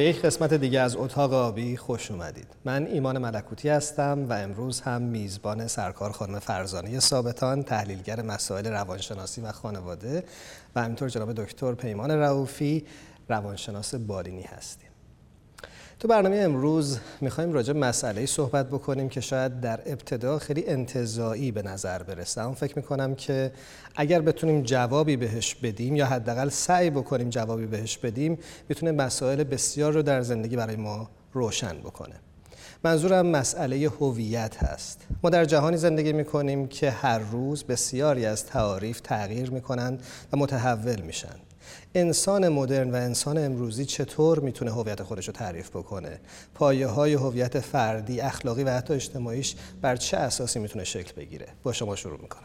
به یک قسمت دیگه از اتاق آبی خوش اومدید. من ایمان ملکوتی هستم و امروز هم میزبان سرکار خانم فرزانه ثابتان، تحلیلگر مسائل روانشناسی و خانواده و همینطور جناب دکتر پیمان رؤوفی، روانشناس بالینی هستیم. تو برنامه امروز میخوایم راجع به مسئله‌ای صحبت بکنیم که شاید در ابتدا خیلی انتزاعی به نظر برسه، اما فکر میکنم که اگر بتونیم جوابی بهش بدیم یا حداقل سعی بکنیم جوابی بهش بدیم، میتونه مسائل بسیار رو در زندگی برای ما روشن بکنه. منظورم مسئله هویت هست. ما در جهانی زندگی میکنیم که هر روز بسیاری از تعاریف تغییر میکنند و متحول میشن. انسان مدرن و انسان امروزی چطور میتونه هویت خودش رو تعریف بکنه؟ پایه‌های هویت فردی، اخلاقی و حتی اجتماعیش بر چه اساسی میتونه شکل بگیره؟ با شما شروع میکنم.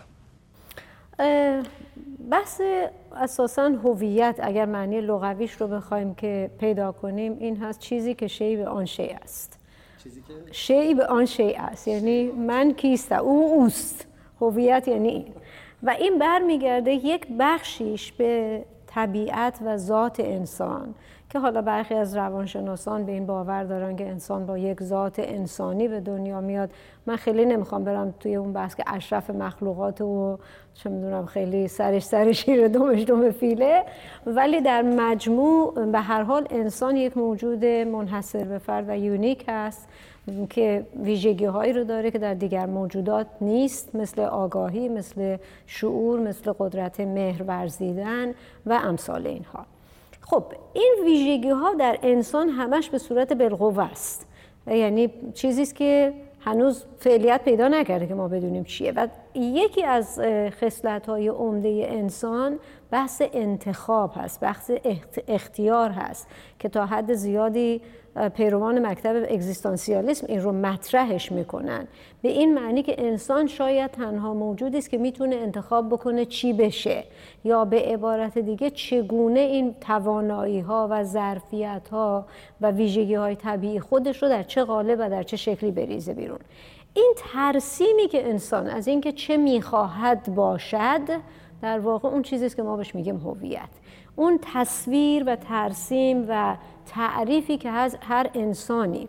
بحث اساساً هویت اگر معنی لغویش رو بخوایم که پیدا کنیم این هست چیزی که شیء به آن شیء است. چیزی که شیء به آن شیء است، یعنی من کیستم، اوست. هویت یعنی این. و این برمیگرده یک بخشیش به طبیعت و ذات انسان که حالا برخی از روانشناسان به این باور دارن که انسان با یک ذات انسانی به دنیا میاد. من خیلی نمیخوام برم توی اون بحث که اشرف مخلوقات و چه میدونم خیلی سر شیر دمش دم فیله، ولی در مجموع به هر حال انسان یک موجود منحصر به فرد و یونیک هست که ویژگی هایی رو داره که در دیگر موجودات نیست، مثل آگاهی، مثل شعور، مثل قدرت مهر ورزیدن و امثال اینها. خب این ویژگی ها در انسان همش به صورت بالقوه است، یعنی چیزی است که هنوز فعلیت پیدا نکرده که ما بدونیم چیه. و یکی از خصلت های عمده انسان بحث انتخاب هست، بحث اختیار هست که تا حد زیادی پیروان مکتب اگزیستانسیالیسم این رو مطرحش میکنن، به این معنی که انسان شاید تنها موجودی است که میتونه انتخاب بکنه چی بشه، یا به عبارت دیگه چگونه این توانایی ها و ظرفیت ها و ویژگی های طبیعی خودش رو در چه قالب و در چه شکلی بریزه بیرون. این ترسیمی که انسان از اینکه چه میخواهد باشد در واقع اون چیزی است که ما بهش میگیم هویت. اون تصویر و ترسیم و تعریفی که هر انسانی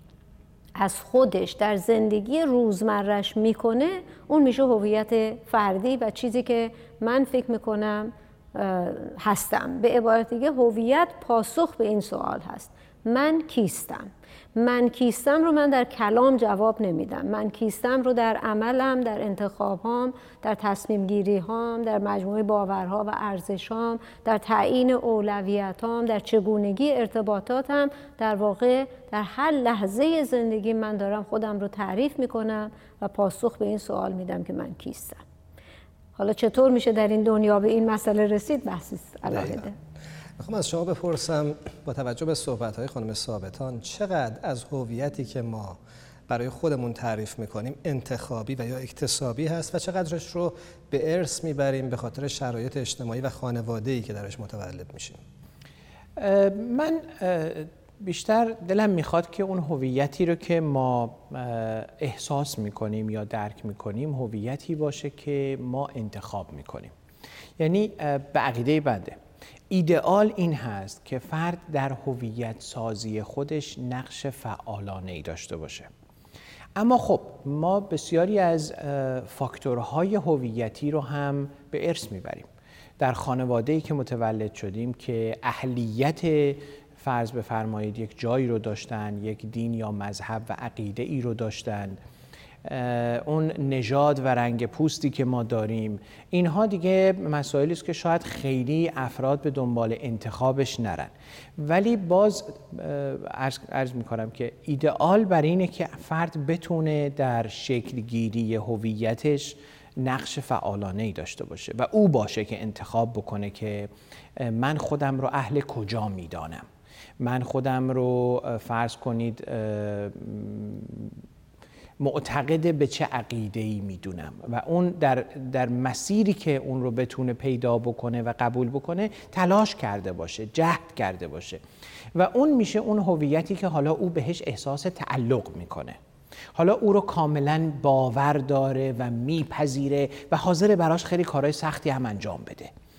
از خودش در زندگی روزمرش میکنه، اون میشه هویت فردی و چیزی که من فکر میکنم هستم. به عبارت دیگه هویت پاسخ به این سوال هست: من کیستم؟ من کیستم رو من در کلام جواب نمیدم. من کیستم رو در عملم، در انتخابام، در تصمیم گیری هام، در مجموعه باورها و ارزشام، در تعیین اولویتام، در چگونگی ارتباطاتم، در واقع در هر لحظه زندگی من دارم خودم رو تعریف میکنم و پاسخ به این سوال میدم که من کیستم. حالا چطور میشه در این دنیا به این مسئله رسید بحثی علاهده. میخوام از شما بپرسم با توجه به صحبت‌های خانم ثابتان، چقدر از هویتی که ما برای خودمون تعریف میکنیم انتخابی و یا اکتسابی هست و چقدرش رو به ارث میبریم به خاطر شرایط اجتماعی و خانواده‌ای که درش متولد میشیم؟ من بیشتر دلم میخواد که اون هویتی رو که ما احساس میکنیم یا درک میکنیم هویتی باشه که ما انتخاب میکنیم. یعنی به عقیده بنده ایدئال این هست که فرد در هویت سازی خودش نقش فعالانه‌ای داشته باشه. اما خب ما بسیاری از فاکتورهای هویتی رو هم به ارث میبریم. در خانواده‌ای که متولد شدیم که اهلیت فرض بفرمایید یک جایی رو داشتن، یک دین یا مذهب و عقیده ای رو داشتن، اون نژاد و رنگ پوستی که ما داریم، اینها دیگه مسائلی است که شاید خیلی افراد به دنبال انتخابش نرن، ولی باز عرض میکنم که ایدئال بر اینه که فرد بتونه در شکل گیری هویتش نقش فعالانه‌ای داشته باشه و او باشه که انتخاب بکنه که من خودم رو اهل کجا میدانم، من خودم رو فرض کنید معتقد به چه عقیده‌ای میدونم و اون در مسیری که اون رو بتونه پیدا بکنه و قبول بکنه تلاش کرده باشه، جهد کرده باشه و اون میشه اون هویتی که حالا او بهش احساس تعلق میکنه، حالا او رو کاملا باور داره و میپذیره و حاضر براش خیلی کارهای سختی هم انجام بده.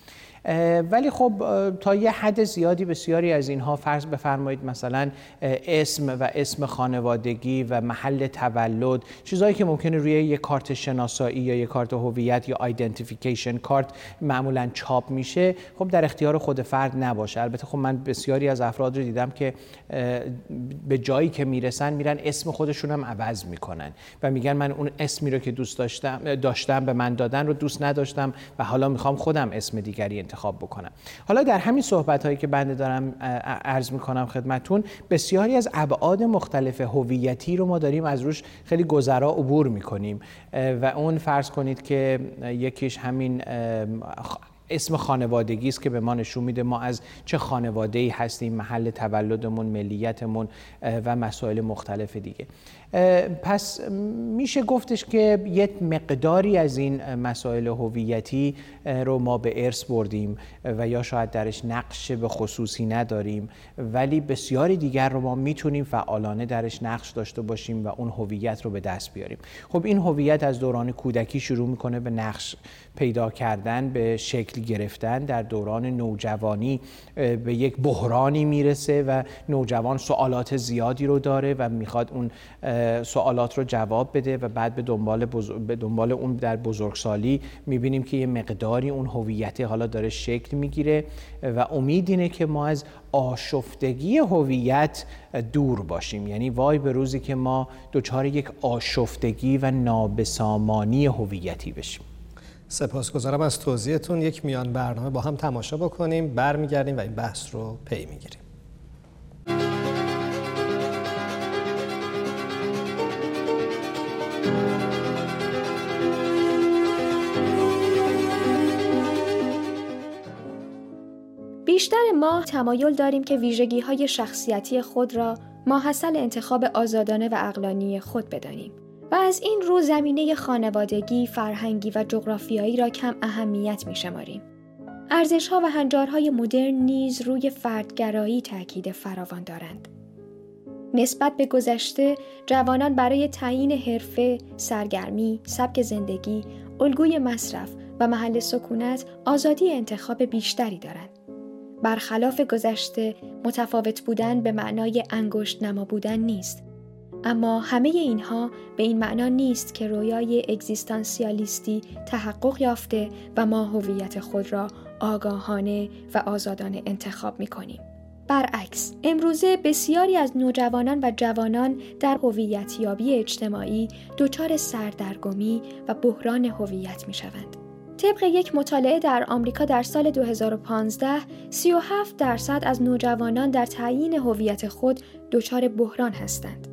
ولی خب تا یه حد زیادی بسیاری از اینها، فرض بفرمایید مثلا اسم و اسم خانوادگی و محل تولد، چیزایی که ممکنه روی یک کارت شناسایی یا یک کارت هویت یا آیدنتیفیکیشن کارت معمولا چاپ میشه، خب در اختیار خود فرد نباشه. البته خب من بسیاری از افراد رو دیدم که به جایی که میرسن میرن اسم خودشون هم عوض میکنن و میگن من اون اسمی رو که دوست داشتم به من دادن رو دوست نداشتم و حالا میخوام خودم اسم دیگری انتخاب بکنم. حالا در همین صحبت هایی که بنده دارم عرض میکنم خدمتون، بسیاری از ابعاد مختلف هویتی رو ما داریم از روش خیلی گذرا عبور میکنیم و اون فرض کنید که یکیش همین اسم خانوادگی است که به ما نشون میده ما از چه خانواده‌ای هستیم، محل تولدمون، ملیتمون و مسائل مختلف دیگه. پس میشه گفتش که یک مقداری از این مسائل هویتی رو ما به ارث بردیم و یا شاید درش نقش به خصوصی نداریم، ولی بسیاری دیگر رو ما میتونیم فعالانه درش نقش داشته باشیم و اون هویت رو به دست بیاریم. خب این هویت از دوران کودکی شروع میکنه به نقش پیدا کردن، به شکل گرفتن، در دوران نوجوانی به یک بحرانی میرسه و نوجوان سوالات زیادی رو داره و میخواد اون سوالات رو جواب بده و بعد به دنبال اون در بزرگسالی میبینیم که یه مقداری اون هویت حالا داره شکل میگیره و امید اینه که ما از آشفتگی هویت دور باشیم. یعنی وای به روزی که ما دچار یک آشفتگی و نابسامانی هویتی بشیم. سپاسگزارم از توضیحتون. یک میان برنامه با هم تماشا بکنیم، برمیگردیم و این بحث رو پی میگیریم. بیشتر ما تمایل داریم که ویژگی‌های شخصیتی خود را ماحصل انتخاب آزادانه و عقلانی خود بدانیم و از این رو زمینه خانوادگی، فرهنگی و جغرافیایی را کم اهمیت می‌شماریم. ارزش‌ها و هنجارهای مدرن نیز روی فردگرایی تاکید فراوان دارند. نسبت به گذشته، جوانان برای تعیین حرفه، سرگرمی، سبک زندگی، الگوی مصرف و محل سکونت آزادی انتخاب بیشتری دارند. برخلاف گذشته، متفاوت بودن به معنای انگشت نما بودن نیست. اما همه اینها به این معنا نیست که رویای اگزیستانسیالیستی تحقق یافته و ما هویت خود را آگاهانه و آزادانه انتخاب می‌کنیم. برعکس، امروزه بسیاری از نوجوانان و جوانان در هویتیابی اجتماعی دچار سردرگمی و بحران هویت می‌شوند. طبق یک مطالعه در آمریکا در سال 2015، 37% از نوجوانان در تعیین هویت خود دچار بحران هستند.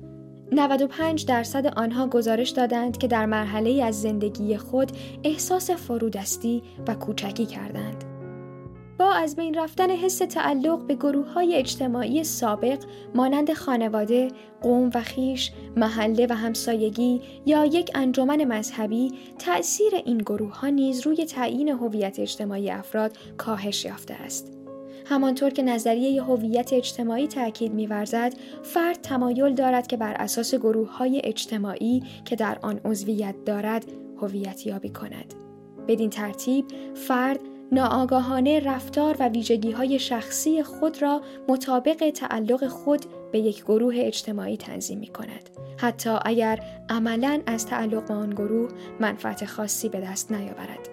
95% آنها گزارش دادند که در مرحله‌ای از زندگی خود احساس فرودستی و کوچکی کردند. با از بین رفتن حس تعلق به گروه‌های اجتماعی سابق مانند خانواده، قوم و خویش، محله و همسایگی یا یک انجمن مذهبی، تأثیر این گروه‌ها نیز روی تعیین هویت اجتماعی افراد کاهش یافته است. همانطور که نظریه هویت اجتماعی تأکید می‌ورزد، فرد تمایل دارد که بر اساس گروه‌های اجتماعی که در آن عضویت دارد، هویت یابی کند. بدین ترتیب، فرد ناآگاهانه رفتار و ویژگی‌های شخصی خود را مطابق تعلق خود به یک گروه اجتماعی تنظیم می‌کند، حتی اگر عملاً از تعلق به آن گروه منفعت خاصی به دست نیاورد.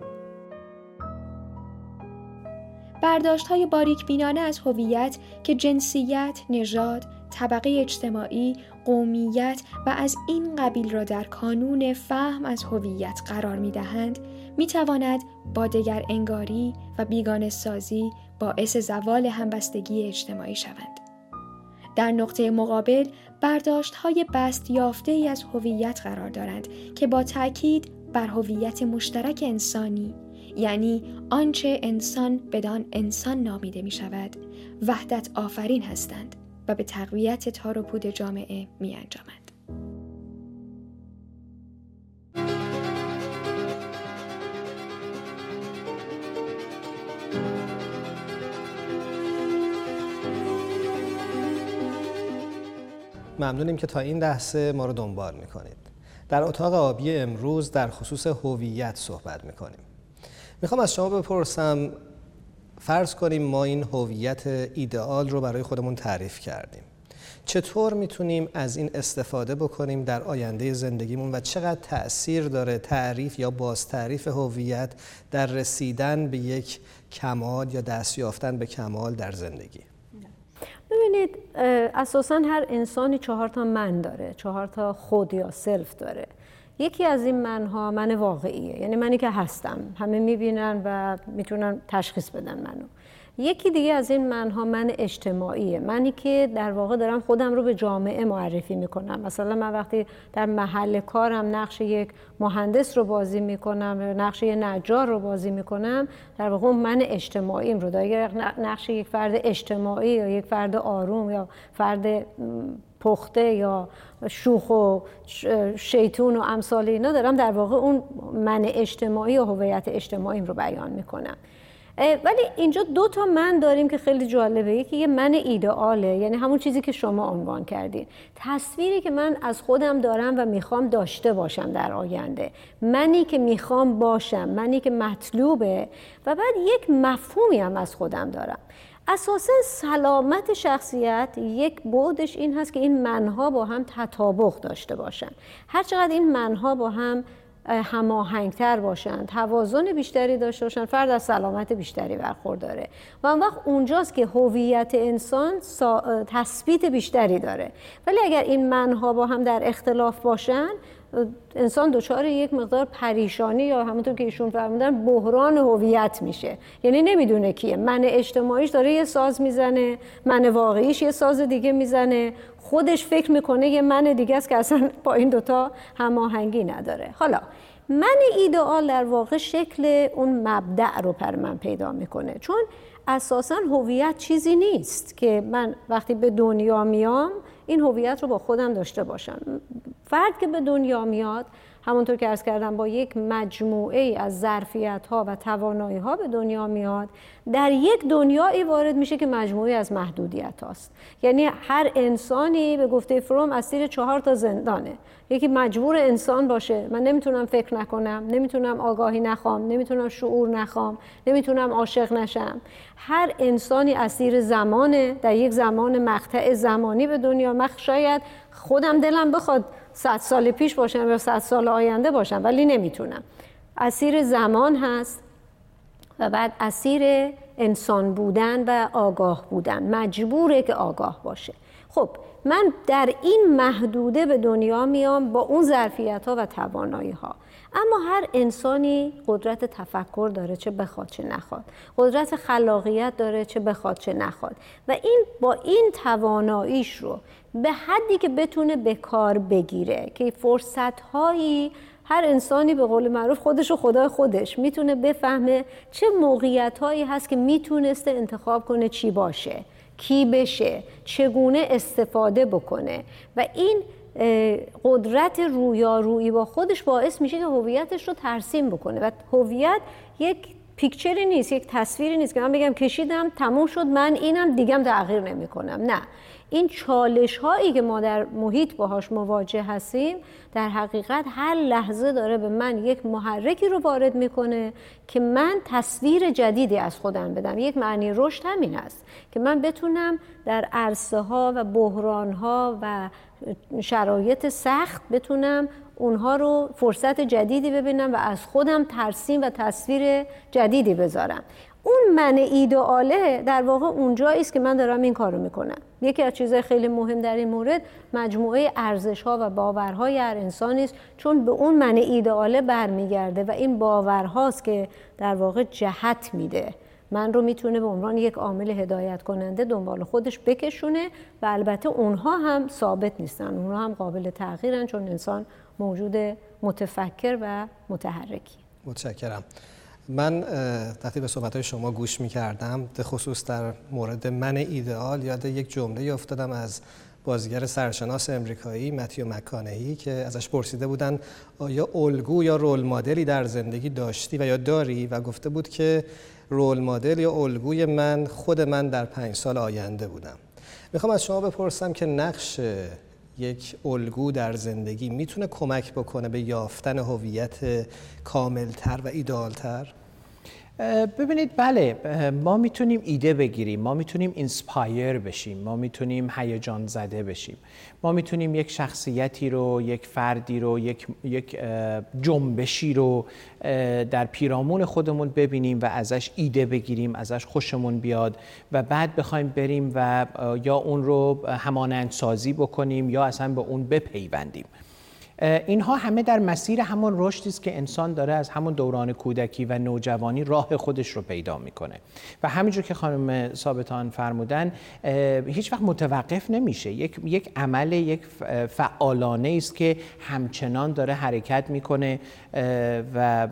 برداشت‌های باریک‌بینانه از هویت که جنسیت، نژاد، طبقه اجتماعی، قومیت و از این قبیل را در کانون فهم از هویت قرار می‌دهند، می‌تواند با دگر انگاری و بیگانه سازی باعث زوال همبستگی اجتماعی شوند. در نقطه مقابل، برداشت‌های بست یافته‌ای از هویت قرار دارند که با تأکید بر هویت مشترک انسانی، یعنی آنچه انسان بدان انسان نامیده می‌شود، وحدت آفرین هستند و به تقویت تار و پود جامعه می‌انجامند. ممنونیم که تا این لحظه ما رو دنبال میکنید. در اتاق آبی امروز در خصوص هویت صحبت میکنیم. میخوام از شما بپرسم، فرض کنیم ما این هویت ایدئال رو برای خودمون تعریف کردیم. چطور میتونیم از این استفاده بکنیم در آینده زندگیمون و چقدر تأثیر داره تعریف یا باز تعریف هویت در رسیدن به یک کمال یا دست یافتن به کمال در زندگی؟ ببینید، اساساً هر انسانی 4 تا من داره، 4 تا خود یا سلف داره. یکی از این منها من واقعیه، یعنی منی که هستم، همه میبینن و میتونن تشخیص بدن منو. یکی دیگه از این منها من اجتماعیه، منی که در واقع دارم خودم رو به جامعه معرفی میکنم. مثلا من وقتی در محل کارم نقش یک مهندس رو بازی میکنم، نقش یک نجار رو بازی میکنم، در واقع من اجتماعیم رو دارم. اگر نقش یک فرد اجتماعی یا یک فرد آروم یا فرد پخته یا شوخ و شیطون و امثال اینا دارم، در واقع اون من اجتماعی و هویت اجتماعیم رو بیان میکنم. ولی اینجا 2 تا من داریم که خیلی جالبه. یکی یه من ایدئاله، یعنی همون چیزی که شما عنوان کردین، تصویری که من از خودم دارم و میخوام داشته باشم در آینده، منی که میخوام باشم، منی که مطلوبه. و بعد یک مفهومی هم از خودم دارم. اساساً سلامت شخصیت یک بعدش این هست که این منها با هم تطابق داشته باشن. هر چقدر این منها با هم هماهنگتر باشن، توازن بیشتری داشته باشن، فرد از سلامت بیشتری برخورداره. و اون وقت اونجاست که هویت انسان تثبیت بیشتری داره. ولی اگر این منها با هم در اختلاف باشن، انسان دچار یک مقدار پریشانی یا همونطور که ایشون فرمودن بحران هویت میشه. یعنی نمیدونه کیه. من اجتماعیش داره یه ساز میزنه، من واقعیش یه ساز دیگه میزنه، خودش فکر میکنه یه من دیگه است که اصلا با این 2 تا هماهنگی نداره. حالا من ایدئال در واقع شکل اون مبدأ رو پر من پیدا میکنه، چون اساساً هویت چیزی نیست که من وقتی به دنیا میام این هویت رو با خودم داشته باشم. فرد که به دنیا میاد، همونطور که عرض کردم، با یک مجموعه از ظرفیت‌ها و توانایی‌ها به دنیا میاد. در یک دنیایی وارد میشه که مجموعه از محدودیت هاست. یعنی هر انسانی به گفته فروم اسیر 4 تا زندانه. یکی مجبور انسان باشه، من نمیتونم فکر نکنم، نمیتونم آگاهی نخوام، نمیتونم شعور نخوام، نمیتونم عاشق نشم. هر انسانی اسیر زمانه، در یک زمان مقطع زمانی به دنیا. من شاید خودم دلم بخواد 100 سال پیش باشم یا 100 سال آینده باشم، ولی نمیتونم. اسیر زمان هست و بعد اسیر انسان بودن و آگاه بودن، مجبوره که آگاه باشه. خب من در این محدوده به دنیا میام با اون ظرفیت‌ها و توانایی‌ها. اما هر انسانی قدرت تفکر داره، چه بخواد چه نخواد. قدرت خلاقیت داره، چه بخواد چه نخواد. و این با این تواناییش رو به حدی که بتونه به کار بگیره که فرصت‌هایی، هر انسانی به قول معروف خودش و خدای خودش میتونه بفهمه چه موقعیت‌هایی هست که میتونسته انتخاب کنه چی باشه، کی بشه، چگونه استفاده بکنه. و این قدرت رویارویی با خودش باعث میشه که هویتش رو ترسیم بکنه. و هویت یک پیکچری نیست، یک تصویری نیست که من بگم کشیدم تموم شد، من اینم دیگم تغییر نمی کنم. نه، این چالش هایی که ما در محیط باهاش مواجه هستیم در حقیقت هر لحظه داره به من یک محرکی رو وارد میکنه که من تصویر جدیدی از خودم بدم. یک معنی رشد همین است که من بتونم در عرصه ها و بحران ها و شرایط سخت بتونم اونها رو فرصت جدیدی ببینم و از خودم ترسیم و تصویر جدیدی بذارم. اون من ایدئاله در واقع اونجایی است که من دارم این کارو میکنم. یکی از چیزهای خیلی مهم در این مورد مجموعه ارزش‌ها و باورهای هر انسانی است، چون به اون من ایدئاله برمیگرده و این باورهاست که در واقع جهت میده. من رو میتونه به عنوان یک عامل هدایت کننده دنبال خودش بکشونه و البته اونها هم ثابت نیستن، اونها هم قابل تغییرن، چون انسان موجود متفکر و متحرکی. متشکرم. من وقتی به صحبت‌های شما گوش می‌کردم، به خصوص در مورد من ایدئال، یاد یک جمله افتادم از بازیگر سرشناس امریکایی متیو مکانهی که ازش پرسیده بودن آیا الگو یا رول مدلی در زندگی داشتی و یا داری، و گفته بود که رول مدل یا الگوی من خود من در 5 سال آینده بودم. میخوام از شما بپرسم که نقش یک الگو در زندگی میتونه کمک بکنه به یافتن هویت کاملتر و ایدئالتر؟ ببینید بله، ما میتونیم ایده بگیریم، ما میتونیم اینسپایر بشیم، ما میتونیم هیجان زده بشیم، ما میتونیم یک شخصیتی رو، یک فردی رو، یک جنبشی رو در پیرامون خودمون ببینیم و ازش ایده بگیریم، ازش خوشمون بیاد و بعد بخوایم بریم و یا اون رو همانندسازی بکنیم یا اصلا به اون بپیوندیم. اینها همه در مسیر همون رشدی است که انسان داره از همون دوران کودکی و نوجوانی راه خودش رو پیدا میکنه و همینجور که خانم ثابتان فرمودن هیچ وقت متوقف نمیشه. یک عمل، یک فعالانه است که همچنان داره حرکت میکنه و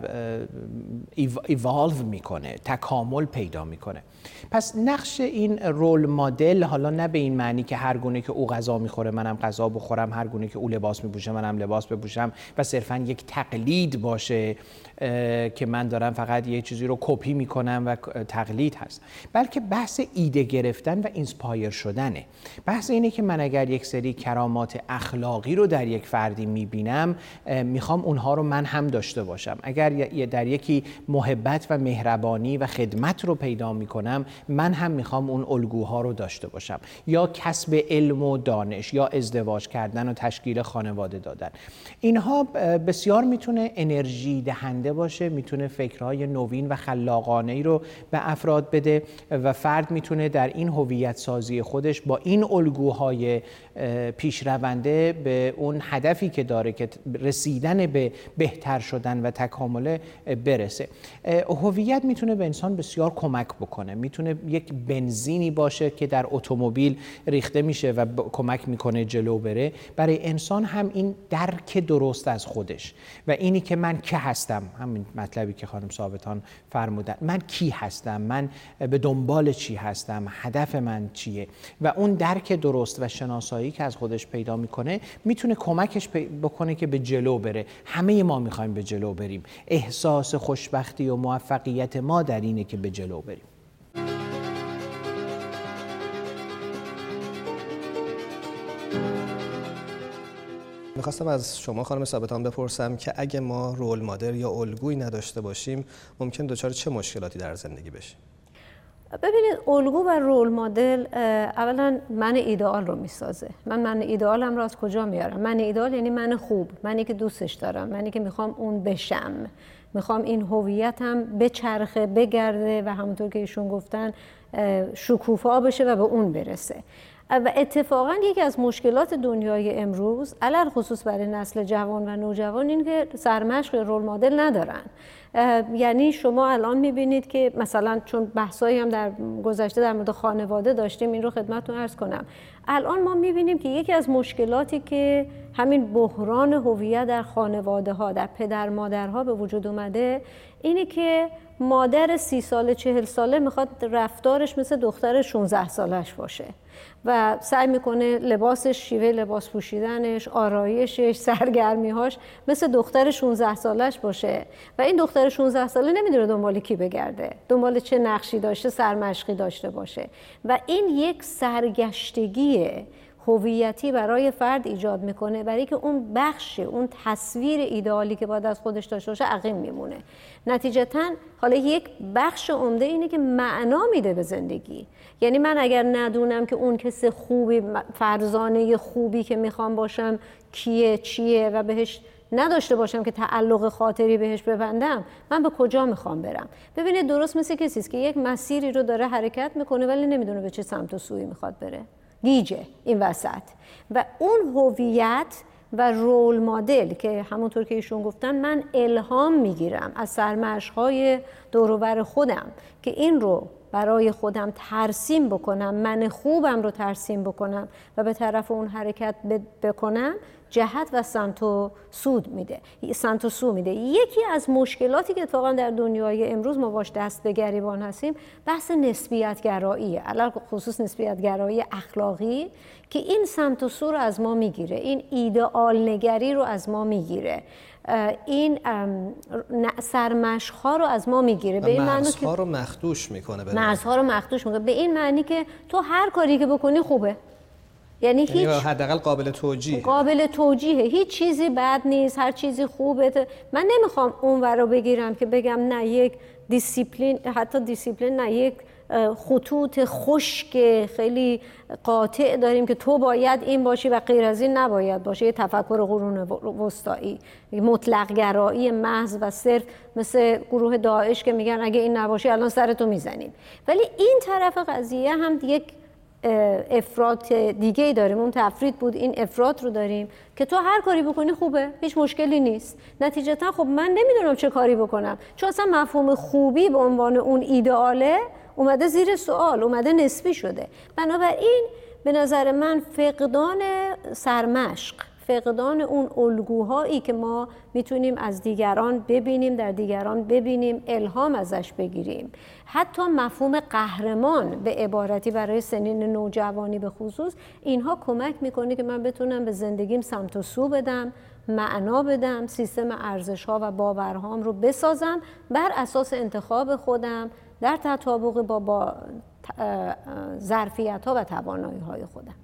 ایوالو میکنه، تکامل پیدا میکنه. پس نقش این رول مدل، حالا نه به این معنی که هر گونه که او غذا میخوره منم غذا بخورم، هر گونه که او لباس میپوشه منم لباس بپوشم و صرفاً یک تقلید باشه که من دارم فقط یه چیزی رو کپی میکنم و تقلید هست، بلکه بحث ایده گرفتن و اینسپایر شدنه. بحث اینه که من اگر یک سری کرامات اخلاقی رو در یک فردی میبینم میخوام اونها رو من هم داشته باشم. اگر در یکی محبت و مهربانی و خدمت رو پیدا میکنم من هم میخوام اون الگوها رو داشته باشم، یا کسب علم و دانش، یا ازدواج کردن و تشکیل خانواده دادن. اینها بسیار میتونه انرژی دهنده باشه، میتونه فکرهای نوین و خلاقانه‌ای رو به افراد بده و فرد میتونه در این هویت سازی خودش با این الگوهای پیشرونده به اون هدفی که داره که رسیدن به بهتر شدن و تکامل برسه. هویت میتونه به انسان بسیار کمک بکنه، میتونه یک بنزینی باشه که در اتومبیل ریخته میشه و کمک میکنه جلو بره. برای انسان هم این درک درست از خودش و اینی که من کی هستم، همین مطلبی که خانم ثابتان فرمودن، من کی هستم، من به دنبال چی هستم، هدف من چیه، و اون درک درست و شناسایی که از خودش پیدا میکنه میتونه کمکش بکنه که به جلو بره. همه ما میخوایم به جلو بریم، احساس خوشبختی و موفقیت ما در اینه که به جلو بریم. میخواستم از شما خانم ثابتان بپرسم که اگه ما رول مدل یا الگویی نداشته باشیم ممکن دچار چه مشکلاتی در زندگی بشیم؟ ببینید، الگو و رول مدل اولا من ایدئال رو میسازه. من ایدئالم رو از کجا میارم؟ من ایدئال یعنی من خوب، منی که دوستش دارم، منی که میخوام اون بشم، میخوام این هویتم بچرخه، بگرده و همونطور که ایشون گفتن شکوفا بشه و به اون برسه. و اتفاقا یکی از مشکلات دنیای امروز علل خصوص برای نسل جوان و نوجوان این که سرمشق رول مدل ندارن. یعنی شما الان میبینید که مثلا چون بحثایی هم در گذشته در مورد خانواده داشتیم، این رو خدمتتون عرض کنم، الان ما میبینیم که یکی از مشکلاتی که همین بحران هویت در خانواده ها، در پدر مادرها به وجود اومده اینه که مادر 30 ساله 40 ساله میخواد رفتارش مثل دختر 16 سالش باشه و سعی میکنه لباسش، شیوه لباس پوشیدنش، آرایشش، سرگرمیهاش مثل دختر 16 سالش باشه و این دختر 16 ساله نمیدونه دنبال کی بگرده، دنبال چه نقشی داشته، سرمشقی داشته باشه و این یک سرگشتگی هویتی برای فرد ایجاد میکنه، برای که اون بخش، اون تصویر ایدئالی که باید از خودش داشته باشه عقیم میمونه. نتیجتاً حالا یک بخش عمده اینه که معنا میده به زندگی. یعنی من اگر ندونم که اون کس خوبی، فرزانه خوبی که میخوام باشم کیه، چیه و بهش نداشته باشم که تعلق خاطری بهش ببندم، من به کجا میخوام برم؟ ببینید، درست مثل کسی است که یک مسیری رو داره حرکت میکنه ولی نمیدونه به چه سمت و سوی میخواد بره، گیجه این وسط. و اون هویت و رول مدل که همونطور که ایشون گفتن، من الهام میگیرم از سرمشق‌های دور و بر خودم که این رو برای خودم ترسیم بکنم، من خوبم رو ترسیم بکنم و به طرف اون حرکت بکنم، جهت و سمت و سو میده. یکی از مشکلاتی که اتفاقا در دنیای امروز ما باش دست به گریبان هستیم بحث نسبیت گراییه، علل خصوص نسبیت گرایی اخلاقی که این سمت و سو رو از ما میگیره، این ایدئال نگری رو از ما میگیره، این سرمشق‌ها رو از ما میگیره، به این معنی که مرزها رو مخدوش میکنه، به این معنی که تو هر کاری که بکنی خوبه، یعنی هیچ حداقل قابل توجیهه، هیچ چیزی بد نیست، هر چیزی خوبه. من نمیخوام اون ور رو بگیرم که بگم نه، یک دیسیپلین، حتی دیسیپلین نه، یک خطوط خشک خیلی قاطع داریم که تو باید این باشی و غیر از این نباید باشه. یه تفکر قرون وسطایی، مطلق گرایی محض و صرف، مثل گروه داعش که میگن اگه این نباشه الان سرتو میزنیم. ولی این طرف قضیه هم یک افراط دیگه ای داریم، اون تفرید بود، این افراط رو داریم که تو هر کاری بکنی خوبه، هیچ مشکلی نیست. نتیجتا خب من نمیدونم چه کاری بکنم، چون اصلا مفهوم خوبی به عنوان اون ایدئاله اومده زیر سوال، اومده نسبی شده. بنابراین به نظر من فقدان سرمشق، فقدان اون الگوهایی که ما میتونیم از دیگران ببینیم، در دیگران ببینیم، الهام ازش بگیریم، حتی مفهوم قهرمان به عبارتی برای سنین نوجوانی به خصوص، اینها کمک میکنه که من بتونم به زندگیم سمت و سو بدم، معنا بدم، سیستم ارزش‌ها و باورهام رو بسازم بر اساس انتخاب خودم در تطابق با ظرفیت‌ها و توانایی‌های خودم.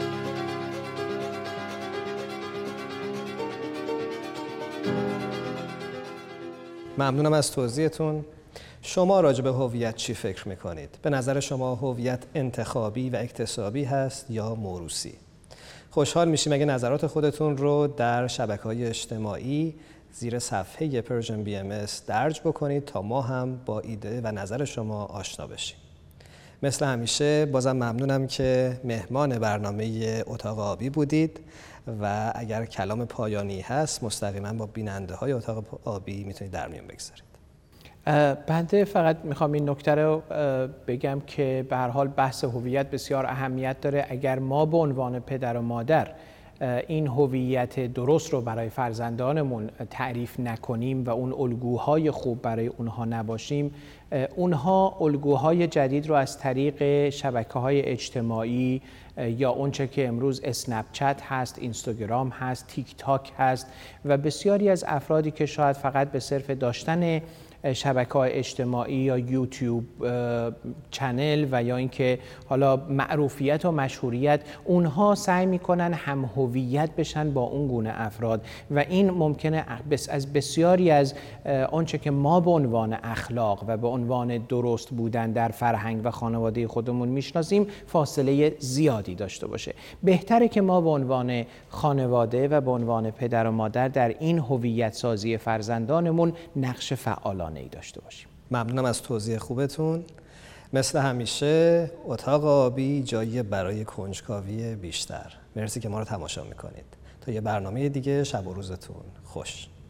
ممنونم از توضیحتون. شما راجع به هویت چی فکر میکنید؟ به نظر شما هویت انتخابی و اکتسابی هست یا موروثی؟ خوشحال میشیم اگه نظرات خودتون رو در شبکه‌های اجتماعی زیر صفحه پرژن BMS درج بکنید تا ما هم با ایده و نظر شما آشنا بشیم. مثل همیشه بازم ممنونم که مهمان برنامه اتاق آبی بودید و اگر کلام پایانی هست مستقیما با بیننده های اتاق آبی میتونید در میون بگذارید. بنده فقط میخوام این نکته رو بگم که به هر حال بحث هویت بسیار اهمیت داره. اگر ما به عنوان پدر و مادر این هویت درست رو برای فرزندانمون تعریف نکنیم و اون الگوهای خوب برای اونها نباشیم، اونها الگوهای جدید رو از طریق شبکه‌های اجتماعی یا اونچه که امروز اسنپ چت هست، اینستاگرام هست، تیک تاک هست و بسیاری از افرادی که شاید فقط به صرف داشتن شبکه‌های اجتماعی یا یوتیوب چنل و یا اینکه حالا معروفیت و مشهوریت، اونها سعی میکنن هم هویت بشن با اون گونه افراد و این ممکنه از بسیاری از آنچه که ما به عنوان اخلاق و به عنوان درست بودن در فرهنگ و خانواده خودمون میشناسیم فاصله زیادی داشته باشه. بهتره که ما به عنوان خانواده و به عنوان پدر و مادر در این هویت سازی فرزندانمون نقش فعالانه ای داشته باشیم. ممنونم از توضیح خوبتون. مثل همیشه اتاق آبی جایی برای کنجکاوی بیشتر. مرسی که ما رو تماشا میکنید. تا یه برنامه دیگه، شب و روزتون خوش.